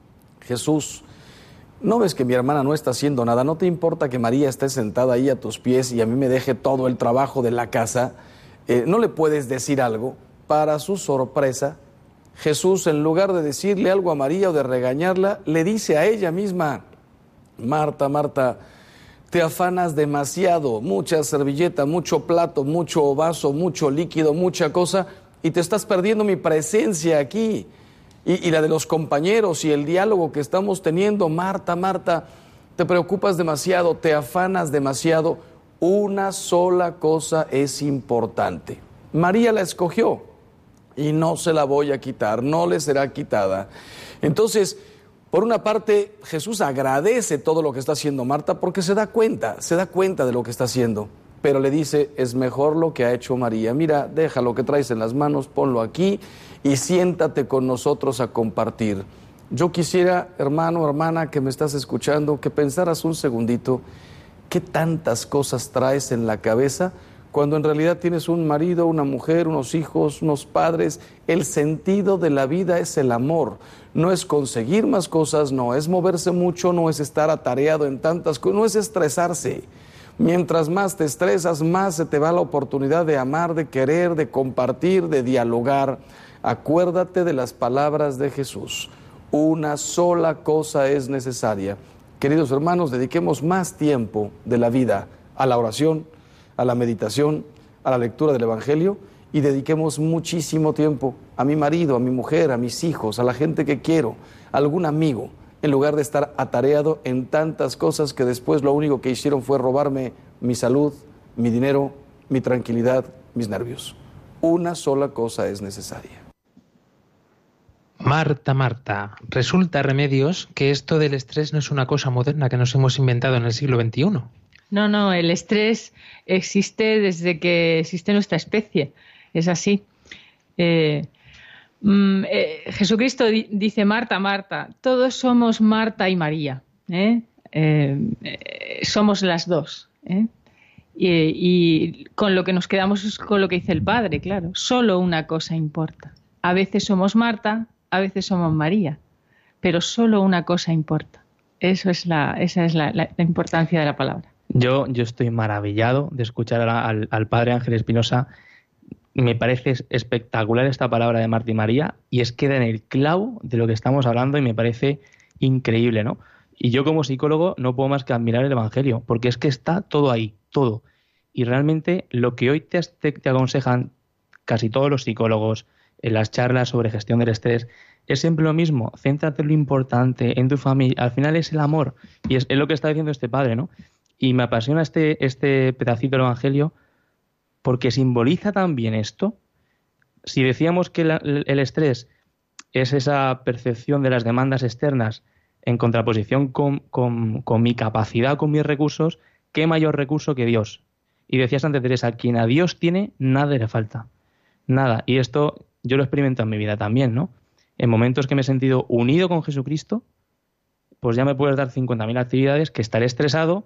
Jesús, ¿no ves que mi hermana no está haciendo nada? ¿No te importa que María esté sentada ahí a tus pies y a mí me deje todo el trabajo de la casa? Eh, ¿no le puedes decir algo? Para su sorpresa, Jesús, en lugar de decirle algo a María o de regañarla, le dice a ella misma: Marta, Marta, te afanas demasiado, mucha servilleta, mucho plato, mucho vaso, mucho líquido, mucha cosa, y te estás perdiendo mi presencia aquí, y, y la de los compañeros y el diálogo que estamos teniendo. Marta, Marta, te preocupas demasiado, te afanas demasiado. Una sola cosa es importante. María la escogió y no se la voy a quitar, no le será quitada. Entonces, por una parte, Jesús agradece todo lo que está haciendo Marta porque se da cuenta, se da cuenta de lo que está haciendo, pero le dice: es mejor lo que ha hecho María. Mira, deja lo que traes en las manos, ponlo aquí y siéntate con nosotros a compartir. Yo quisiera, hermano, hermana, que me estás escuchando, que pensaras un segundito: ¿qué tantas cosas traes en la cabeza cuando en realidad tienes un marido, una mujer, unos hijos, unos padres? El sentido de la vida es el amor, no es conseguir más cosas, no es moverse mucho, no es estar atareado en tantas cosas, no es estresarse. Mientras más te estresas, más se te va la oportunidad de amar, de querer, de compartir, de dialogar. Acuérdate de las palabras de Jesús: Una sola cosa es necesaria. Queridos hermanos, dediquemos más tiempo de la vida a la oración, a la meditación, a la lectura del Evangelio, y dediquemos muchísimo tiempo a mi marido, a mi mujer, a mis hijos, a la gente que quiero, a algún amigo, en lugar de estar atareado en tantas cosas que después lo único que hicieron fue robarme mi salud, mi dinero, mi tranquilidad, mis nervios. Una sola cosa es necesaria. Marta, Marta, resulta, Remedios, que esto del estrés no es una cosa moderna que nos hemos inventado en el siglo veintiuno. No, no, el estrés existe desde que existe nuestra especie. Es así. Eh, mm, eh, Jesucristo di- dice, Marta, Marta, todos somos Marta y María. ¿eh? Eh, eh, somos las dos. ¿eh? Y, y con lo que nos quedamos es con lo que dice el Padre, claro. Solo una cosa importa. A veces somos Marta, a veces somos María, pero solo una cosa importa. Eso es la, esa es la, la, la importancia de la palabra. Yo, yo estoy maravillado de escuchar a, al, al padre Ángel Espinosa. Me parece espectacular esta palabra de Marta y María, y es que da en el clavo de lo que estamos hablando y me parece increíble, ¿no? Y yo como psicólogo no puedo más que admirar el Evangelio, porque es que está todo ahí, todo. Y realmente lo que hoy te, te, te aconsejan casi todos los psicólogos en las charlas sobre gestión del estrés es siempre lo mismo. Céntrate en lo importante, en tu familia. Al final es el amor, y es, es lo que está diciendo este padre, ¿no? Y me apasiona este, este pedacito del Evangelio porque simboliza también esto. Si decíamos que la, el estrés es esa percepción de las demandas externas en contraposición con, con, con mi capacidad, con mis recursos, ¿qué mayor recurso que Dios? Y decía Santa Teresa, quien a Dios tiene, nada le falta. Nada. Y esto yo lo experimento en mi vida también, ¿no? En momentos que me he sentido unido con Jesucristo, pues ya me puedes dar cincuenta mil actividades, que estaré estresado,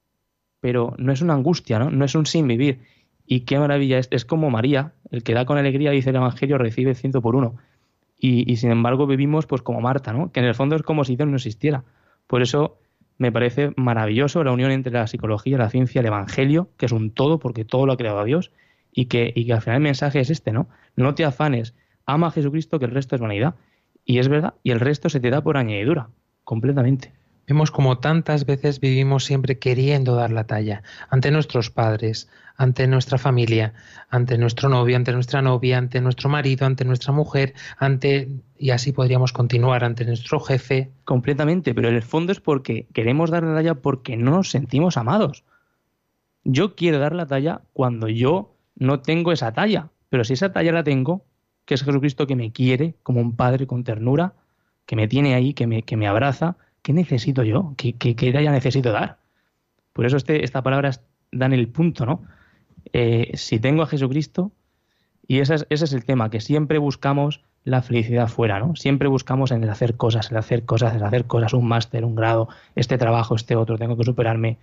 pero no es una angustia, ¿no? No es un sin vivir. Y qué maravilla, es, es como María, el que da con alegría, dice el Evangelio, recibe ciento por uno. Y, y sin embargo vivimos pues como Marta, ¿no? Que en el fondo es como si Dios no existiera. Por eso me parece maravilloso la unión entre la psicología, la ciencia, el Evangelio, que es un todo, porque todo lo ha creado Dios, y que, y que al final el mensaje es este, ¿no? No te afanes, ama a Jesucristo, que el resto es vanidad. Y es verdad, y el resto se te da por añadidura, completamente. Vemos como tantas veces vivimos siempre queriendo dar la talla ante nuestros padres, ante nuestra familia, ante nuestro novio, ante nuestra novia, ante nuestro marido, ante nuestra mujer, ante y así podríamos continuar, ante nuestro jefe. Completamente, pero en el fondo es porque queremos dar la talla porque no nos sentimos amados. Yo quiero dar la talla cuando yo no tengo esa talla, pero si esa talla la tengo, que es Jesucristo que me quiere como un padre con ternura, que me tiene ahí, que me, que me abraza, ¿qué necesito yo? ¿Qué, qué, qué talla necesito dar? Por eso este, esta palabra da en el punto, ¿no? Eh, si tengo a Jesucristo, y ese es, ese es el tema, que siempre buscamos la felicidad fuera, ¿no? Siempre buscamos en el hacer cosas, el hacer cosas, el hacer cosas, un máster, un grado, este trabajo, este otro, tengo que superarme.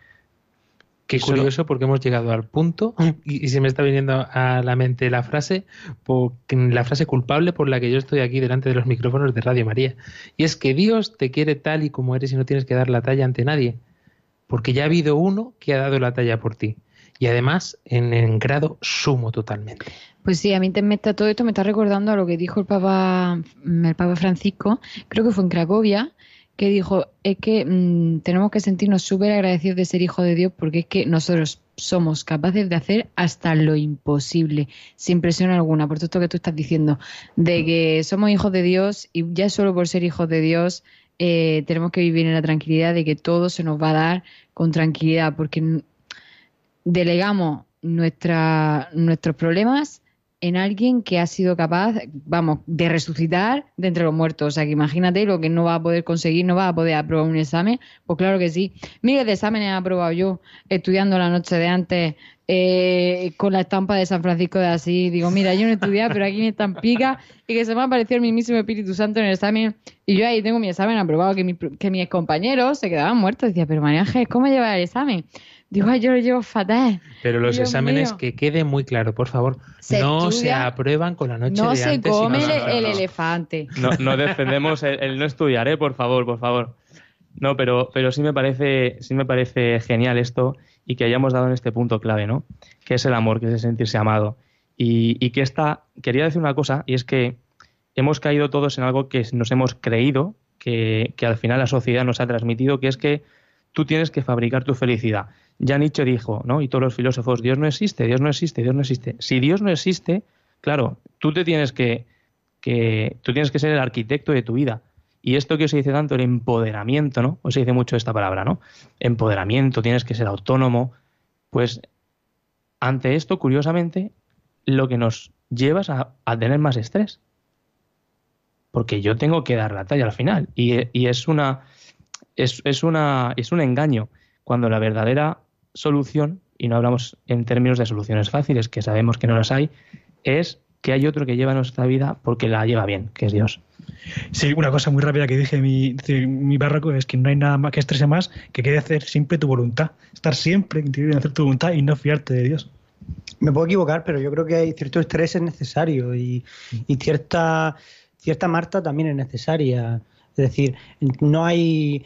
Qué curioso, porque hemos llegado al punto, y, y se me está viniendo a la mente la frase, por, la frase culpable por la que yo estoy aquí delante de los micrófonos de Radio María. Y es que Dios te quiere tal y como eres y no tienes que dar la talla ante nadie, porque ya ha habido uno que ha dado la talla por ti. Y además en, en grado sumo totalmente. Pues sí, a mí te, me está, todo esto me está recordando a lo que dijo el Papa, el Papa Francisco, creo que fue en Cracovia, que dijo, es que mmm, tenemos que sentirnos súper agradecidos de ser hijos de Dios, porque es que nosotros somos capaces de hacer hasta lo imposible, sin presión alguna, por todo esto que tú estás diciendo, de que somos hijos de Dios y ya solo por ser hijos de Dios eh, tenemos que vivir en la tranquilidad de que todo se nos va a dar con tranquilidad, porque delegamos nuestra, nuestros problemas en alguien que ha sido capaz, vamos, de resucitar de entre los muertos. O sea, que imagínate lo que no va a poder conseguir, no va a poder aprobar un examen. Pues claro que sí. Miles de exámenes he aprobado yo, estudiando la noche de antes, eh, con la estampa de San Francisco de Asís. Digo, mira, yo no he estudiado, pero aquí me estampica, y que se me apareció el mismísimo Espíritu Santo en el examen. Y yo ahí tengo mi examen aprobado, que, mi, que mis compañeros se quedaban muertos. Decía, pero María Ángel, ¿cómo llevas el examen? Digo, ay, yo lo llevo fatal. Pero los Dios exámenes, mío. Que quede muy claro, por favor, Se no estudia, se aprueban con la noche no de se antes. come y no, el, no, no, el no. elefante. No, no defendemos el, el no estudiar, ¿eh? Por favor, por favor. No, pero, pero sí me parece, sí me parece genial esto, y que hayamos dado en este punto clave, ¿no? Que es el amor, que es el sentirse amado. Y, y que esta, quería decir una cosa, y es que hemos caído todos en algo que nos hemos creído, que, que al final la sociedad nos ha transmitido, que es que tú tienes que fabricar tu felicidad. Ya Nietzsche dijo, ¿no? Y todos los filósofos, Dios no existe, Dios no existe, Dios no existe. Si Dios no existe, claro, tú te tienes que, que tú tienes que ser el arquitecto de tu vida. Y esto que se dice tanto, el empoderamiento, ¿no? O se dice mucho esta palabra, ¿no? Empoderamiento, tienes que ser autónomo. Pues ante esto, curiosamente, lo que nos lleva es a, a tener más estrés. Porque yo tengo que dar la talla al final. Y, y es una es, es una es un engaño. Cuando la verdadera solución, y no hablamos en términos de soluciones fáciles, que sabemos que no las hay, es que hay otro que lleva nuestra vida porque la lleva bien, que es Dios. Sí, una cosa muy rápida que dije mi, mi párroco es que no hay nada más que estrese más que querer hacer siempre tu voluntad. Estar siempre en hacer tu voluntad y no fiarte de Dios. Me puedo equivocar, pero yo creo que hay cierto estrés es necesario y, y cierta, cierta Marta también es necesaria. Es decir, no hay...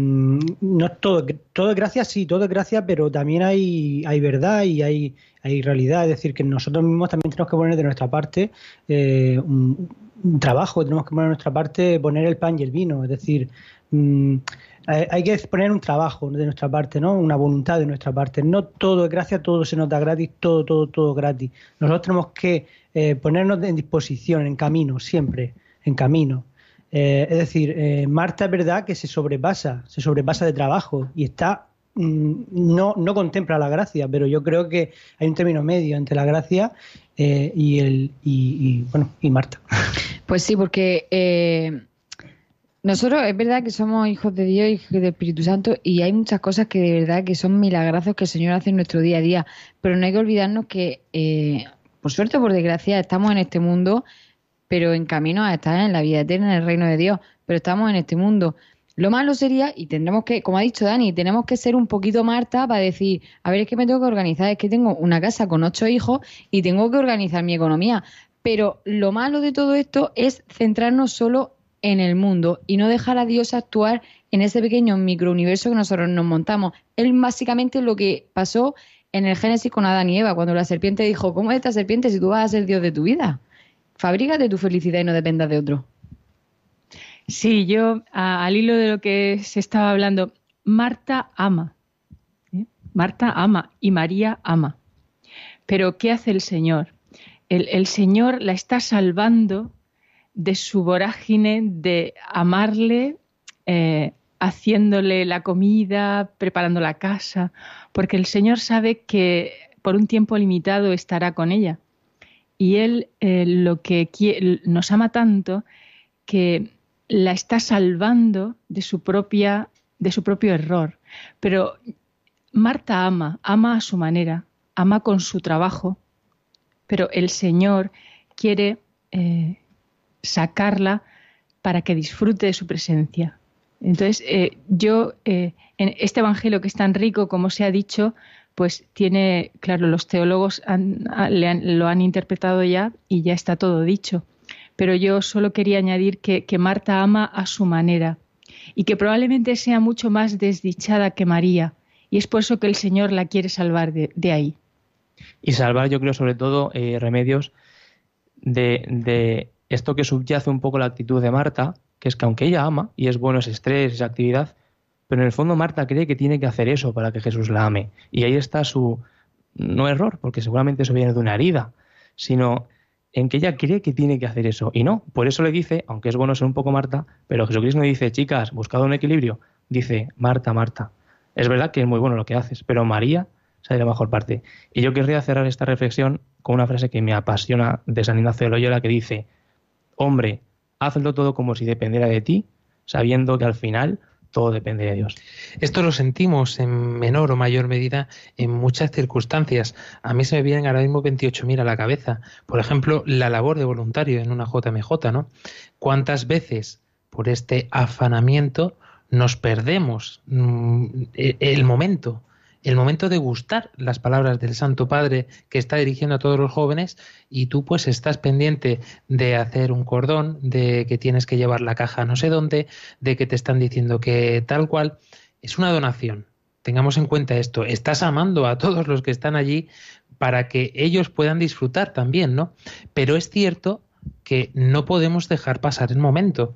No es todo, todo es gracia, sí, todo es gracia, pero también hay, hay verdad y hay, hay realidad. Es decir, que nosotros mismos también tenemos que poner de nuestra parte eh, un, un trabajo, tenemos que poner de nuestra parte, poner el pan y el vino. Es decir, mmm, hay, hay que poner un trabajo de nuestra parte, ¿no? Una voluntad de nuestra parte. No todo es gracia, todo se nos da gratis, todo, todo, todo gratis. Nosotros tenemos que eh, ponernos en disposición, en camino, siempre, en camino. Eh, es decir, eh, Marta es verdad que se sobrepasa, se sobrepasa de trabajo y está mmm, no, no contempla la gracia, pero yo creo que hay un término medio entre la gracia eh, y el y, y bueno y Marta. Pues sí, porque eh, nosotros es verdad que somos hijos de Dios, hijos del Espíritu Santo, y hay muchas cosas que de verdad que son milagrazos que el Señor hace en nuestro día a día, pero no hay que olvidarnos que eh, por suerte o por desgracia estamos en este mundo, pero en camino a estar en la vida eterna, en el reino de Dios, pero estamos en este mundo. Lo malo sería, y tendremos que, como ha dicho Dani, tenemos que ser un poquito Marta para decir, a ver, es que me tengo que organizar, es que tengo una casa con ocho hijos y tengo que organizar mi economía. Pero lo malo de todo esto es centrarnos solo en el mundo y no dejar a Dios actuar en ese pequeño microuniverso que nosotros nos montamos. Es básicamente lo que pasó en el Génesis con Adán y Eva, cuando la serpiente dijo, ¿cómo es esta serpiente si tú vas a ser Dios de tu vida? Fabrícate tu felicidad y no dependas de otro. Sí, yo a, al hilo de lo que se estaba hablando, Marta ama, ¿eh? Marta ama y María ama. Pero ¿qué hace el Señor? El, el Señor la está salvando de su vorágine de amarle, eh, haciéndole la comida, preparando la casa, porque el Señor sabe que por un tiempo limitado estará con ella. Y Él eh, lo que quiere, nos ama tanto que la está salvando de su propia, de su propio error. Pero Marta ama, ama a su manera, ama con su trabajo, pero el Señor quiere eh, sacarla para que disfrute de su presencia. Entonces, eh, yo, eh, en este evangelio que es tan rico, como se ha dicho, pues tiene, claro, los teólogos han, le han, lo han interpretado ya y ya está todo dicho. Pero yo solo quería añadir que, que Marta ama a su manera y que probablemente sea mucho más desdichada que María. Y es por eso que el Señor la quiere salvar de, de ahí. Y salvar, yo creo, sobre todo, eh, Remedios, de, de esto que subyace un poco la actitud de Marta, que es que aunque ella ama, y es bueno ese estrés, esa actividad, pero en el fondo Marta cree que tiene que hacer eso para que Jesús la ame. Y ahí está su, no error, porque seguramente eso viene de una herida, sino en que ella cree que tiene que hacer eso. Y no, por eso le dice, aunque es bueno ser un poco Marta, pero Jesucristo no dice, chicas, buscad un equilibrio. Dice, Marta, Marta. Es verdad que es muy bueno lo que haces, pero María sale la mejor parte. Y yo querría cerrar esta reflexión con una frase que me apasiona de San Ignacio de Loyola, que dice, hombre, hazlo todo como si dependiera de ti, sabiendo que al final todo depende de Dios. Esto lo sentimos en menor o mayor medida en muchas circunstancias. A mí se me vienen ahora mismo veintiocho mil a la cabeza. Por ejemplo, la labor de voluntario en una J M J, ¿no? ¿Cuántas veces por este afanamiento nos perdemos mmm, el momento? El momento de gustar las palabras del Santo Padre que está dirigiendo a todos los jóvenes y tú pues estás pendiente de hacer un cordón, de que tienes que llevar la caja no sé dónde, de que te están diciendo que tal cual. Es una donación. Tengamos en cuenta esto. Estás amando a todos los que están allí para que ellos puedan disfrutar también, ¿no? Pero es cierto que no podemos dejar pasar el momento,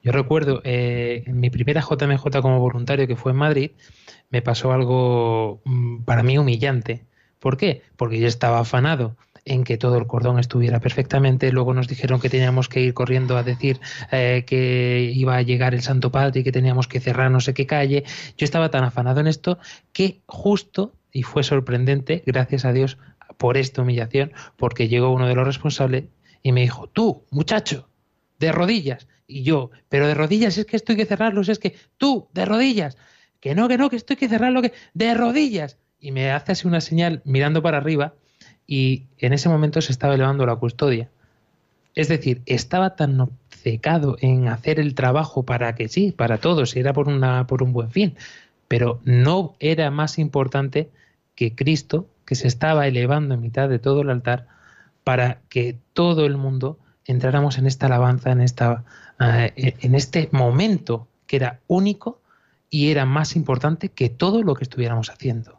Yo recuerdo eh, en mi primera J M J como voluntario, que fue en Madrid, me pasó algo mm, para mí humillante. ¿Por qué? Porque yo estaba afanado en que todo el cordón estuviera perfectamente. Luego nos dijeron que teníamos que ir corriendo a decir eh, que iba a llegar el Santo Padre y que teníamos que cerrar no sé qué calle. Yo estaba tan afanado en esto que justo, y fue sorprendente, gracias a Dios por esta humillación, porque llegó uno de los responsables y me dijo: tú, muchacho, de rodillas. Y yo: pero de rodillas, es que esto hay que cerrarlo, es que tú, de rodillas. Que no, que no, que esto hay que cerrarlo, que de rodillas. Y me hace así una señal mirando para arriba. Y en ese momento se estaba elevando la custodia. Es decir, estaba tan obcecado en hacer el trabajo para que sí, para todos, era por, una, por un buen fin, pero no era más importante que Cristo, que se estaba elevando en mitad de todo el altar, para que todo el mundo entráramos en esta alabanza, en, esta, uh, en este momento que era único y era más importante que todo lo que estuviéramos haciendo.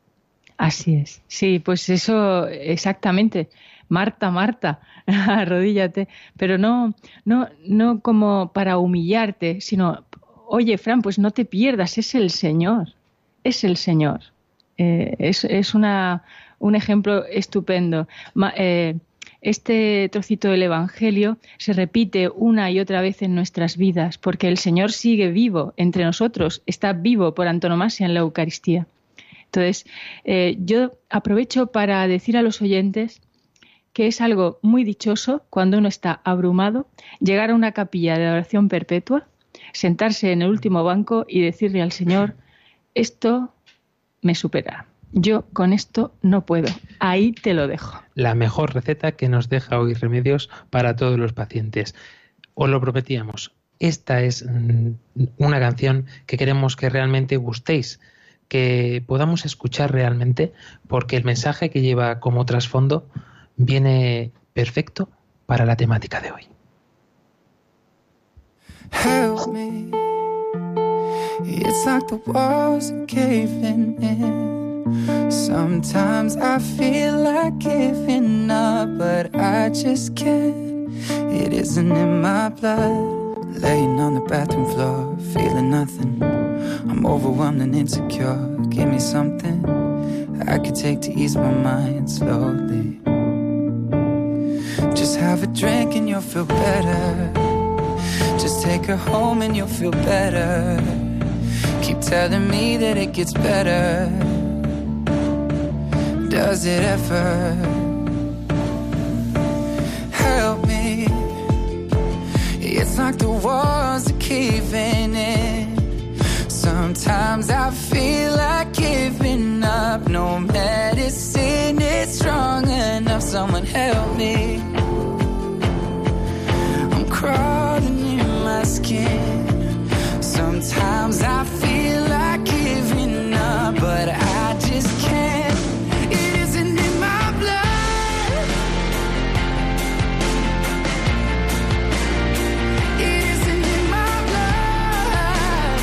Así es. Sí, pues eso exactamente. Marta, Marta, arrodíllate. Pero no, no, no como para humillarte, sino, oye, Fran, pues no te pierdas, es el Señor, es el Señor. Eh, es es una, un ejemplo estupendo. Ma, eh, este trocito del Evangelio se repite una y otra vez en nuestras vidas, porque el Señor sigue vivo entre nosotros, está vivo por antonomasia en la Eucaristía. Entonces, eh, yo aprovecho para decir a los oyentes que es algo muy dichoso cuando uno está abrumado, llegar a una capilla de adoración perpetua, sentarse en el último banco y decirle al Señor: esto me supera, yo con esto no puedo, ahí te lo dejo. La mejor receta que nos deja hoy Remedios para todos los pacientes. Os lo prometíamos, esta es una canción que queremos que realmente gustéis, que podamos escuchar realmente, porque el mensaje que lleva como trasfondo viene perfecto para la temática de hoy. Help me. It's like the walls are caving in. Sometimes I feel like giving up, but I just can't. It isn't in my blood. Laying on the bathroom floor, feeling nothing. I'm overwhelmed and insecure. Give me something I could take to ease my mind slowly. Just have a drink and you'll feel better. Just take her home and you'll feel better. Keep telling me that it gets better. Does it ever? Help me. It's like the walls are caving in. Sometimes I feel like giving up. No medicine is strong enough. Someone help me. I'm crawling in my skin. Sometimes I feel like giving up, but I just can't. It isn't in my blood. It isn't in my blood.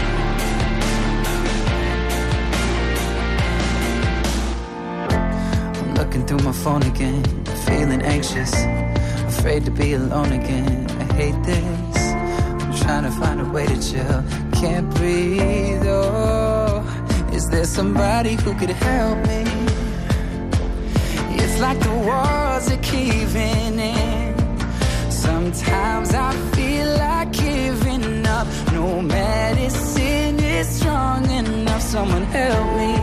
I'm looking through my phone again, feeling anxious, afraid to be alone again. I hate this. I'm trying to find a way to chill. Can't breathe, oh. Is there somebody who could help me? It's like the walls are caving in. Sometimes I feel like giving up. No medicine is strong enough. Someone help me.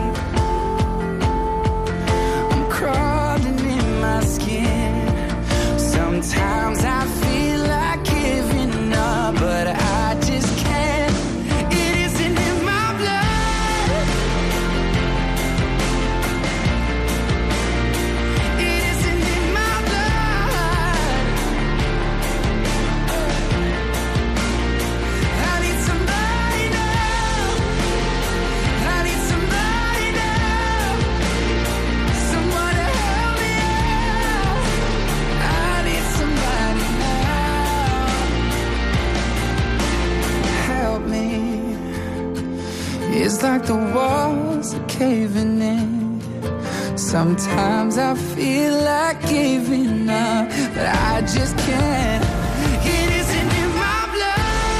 I'm crawling in my skin. Sometimes I feel like giving up, but I just can't. It isn't in my blood. It isn't in my blood. I need somebody now. I need somebody now. Someone to help me out. I need somebody now. Help me. It's like the walls are caving in. Sometimes I feel like giving up, but I just can't. It isn't in my blood.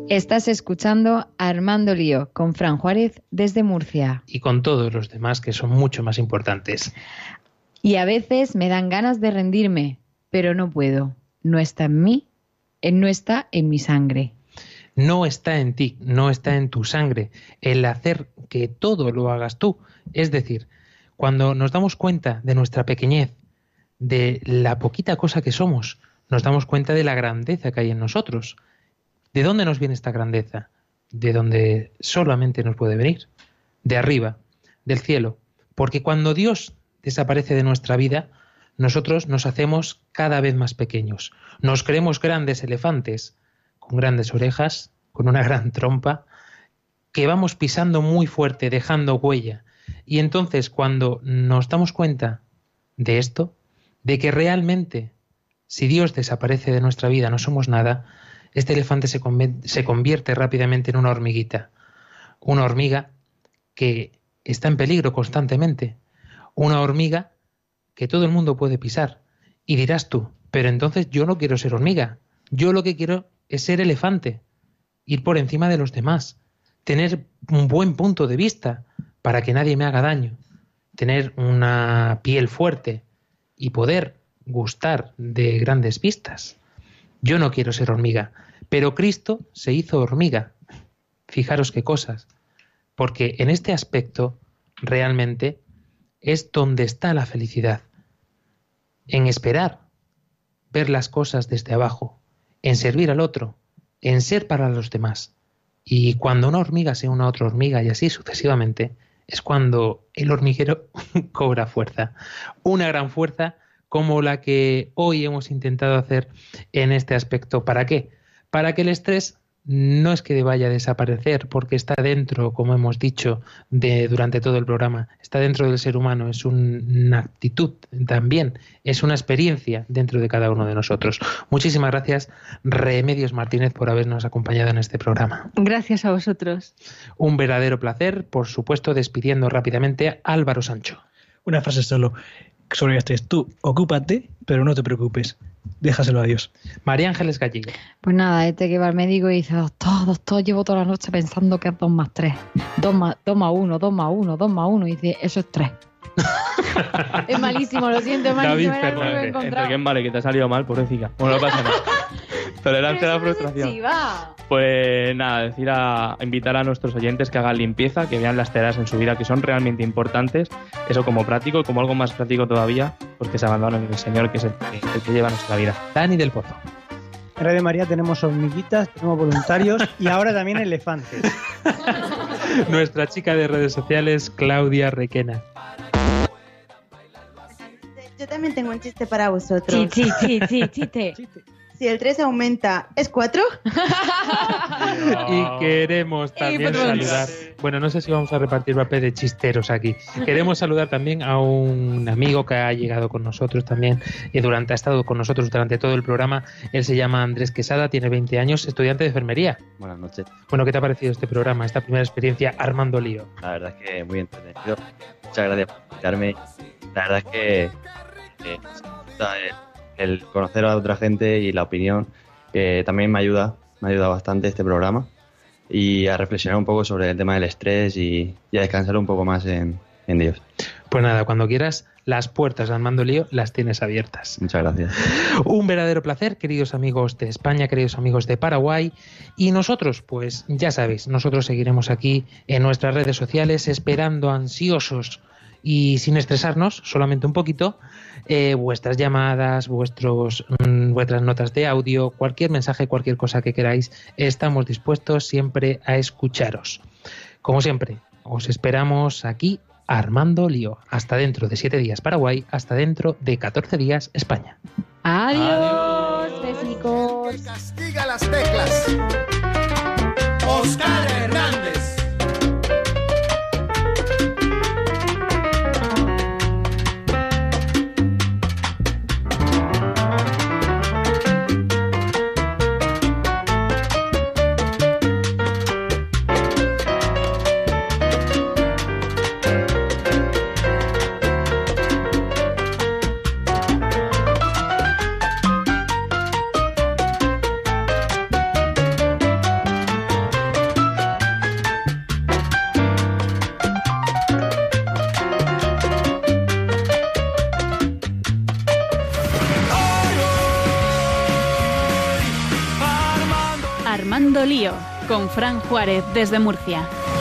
Estás escuchando Armando Lío con Fran Juárez desde Murcia. Y con todos los demás que son mucho más importantes. Y a veces me dan ganas de rendirme, pero no puedo. No está en mí, no está en mi sangre. No está en ti, no está en tu sangre el hacer que todo lo hagas tú. Es decir, cuando nos damos cuenta de nuestra pequeñez, de la poquita cosa que somos, nos damos cuenta de la grandeza que hay en nosotros. ¿De dónde nos viene esta grandeza? De donde solamente nos puede venir. De arriba, del cielo. Porque cuando Dios desaparece de nuestra vida, nosotros nos hacemos cada vez más pequeños. Nos creemos grandes elefantes, con grandes orejas, con una gran trompa, que vamos pisando muy fuerte, dejando huella. Y entonces, cuando nos damos cuenta de esto, de que realmente, si Dios desaparece de nuestra vida, no somos nada, este elefante se convierte, se convierte rápidamente en una hormiguita. Una hormiga que está en peligro constantemente. Una hormiga que todo el mundo puede pisar. Y dirás tú, pero entonces yo no quiero ser hormiga. Yo lo que quiero es ser elefante. Ir por encima de los demás. Tener un buen punto de vista para que nadie me haga daño. Tener una piel fuerte y poder gustar de grandes vistas. Yo no quiero ser hormiga, pero Cristo se hizo hormiga. Fijaros qué cosas. Porque en este aspecto realmente es donde está la felicidad. En esperar, ver las cosas desde abajo, en servir al otro, en ser para los demás. Y cuando una hormiga sea una otra hormiga y así sucesivamente, es cuando el hormiguero cobra fuerza. Una gran fuerza como la que hoy hemos intentado hacer en este aspecto. ¿Para qué? Para que el estrés no es que vaya a desaparecer, porque está dentro, como hemos dicho de, durante todo el programa, está dentro del ser humano, es un, una actitud también, es una experiencia dentro de cada uno de nosotros. Muchísimas gracias, Remedios Martínez, por habernos acompañado en este programa. Gracias a vosotros. Un verdadero placer, por supuesto, despidiendo rápidamente a Álvaro Sancho. Una frase solo sobre este: tú ocúpate, pero no te preocupes. Déjaselo a Dios. María Ángeles Gallego. Pues nada, este que va al médico y dice, doctor, doctor, llevo toda la noche pensando que es dos más tres. Dos más, dos más uno, dos más uno, dos más uno. Y dice, eso es tres. Es malísimo, lo siento, es malísimo. David Fernández. Entre que vale, que te ha salido mal, pobrecita. Bueno, no pasa nada. Tolerancia a la frustración. Sí, va. Pues nada, decir a invitar a nuestros oyentes que hagan limpieza, que vean las tareas en su vida que son realmente importantes, eso como práctico y como algo más práctico todavía, pues que se abandonen en el Señor, que es el que, el que lleva nuestra vida. Dani del Pozo. En Radio María tenemos hormiguitas, tenemos voluntarios y ahora también elefantes. Nuestra chica de redes sociales, Claudia Requena. Yo también tengo un chiste para vosotros. Sí, sí, sí, sí, chiste. Si el tres aumenta, ¿es cuatro? Y queremos también saludar... Bueno, no sé si vamos a repartir papel de chisteros aquí. Queremos saludar también a un amigo que ha llegado con nosotros también y durante ha estado con nosotros durante todo el programa. Él se llama Andrés Quesada, tiene veinte años, estudiante de enfermería. Buenas noches. Bueno, ¿qué te ha parecido este programa, esta primera experiencia Armando Lío? La verdad es que muy entretenido. Muchas gracias por invitarme. La verdad es que... Eh, el conocer a otra gente y la opinión, que también me ayuda, me ayuda bastante este programa, y a reflexionar un poco sobre el tema del estrés y, y a descansar un poco más en, en Dios. Pues nada, cuando quieras, las puertas de Armando Lío las tienes abiertas. Muchas gracias. Un verdadero placer, queridos amigos de España, queridos amigos de Paraguay, y nosotros, pues ya sabéis, nosotros seguiremos aquí en nuestras redes sociales esperando ansiosos y sin estresarnos, solamente un poquito, eh, vuestras llamadas, vuestros, mmm, vuestras notas de audio, cualquier mensaje, cualquier cosa que queráis, estamos dispuestos siempre a escucharos. Como siempre, os esperamos aquí, Armando Lío. Hasta dentro de siete días Paraguay, hasta dentro de catorce días España. Adiós, besicos. Castiga las teclas. Oscar Hernández. Armando Lío, con Fran Juárez desde Murcia.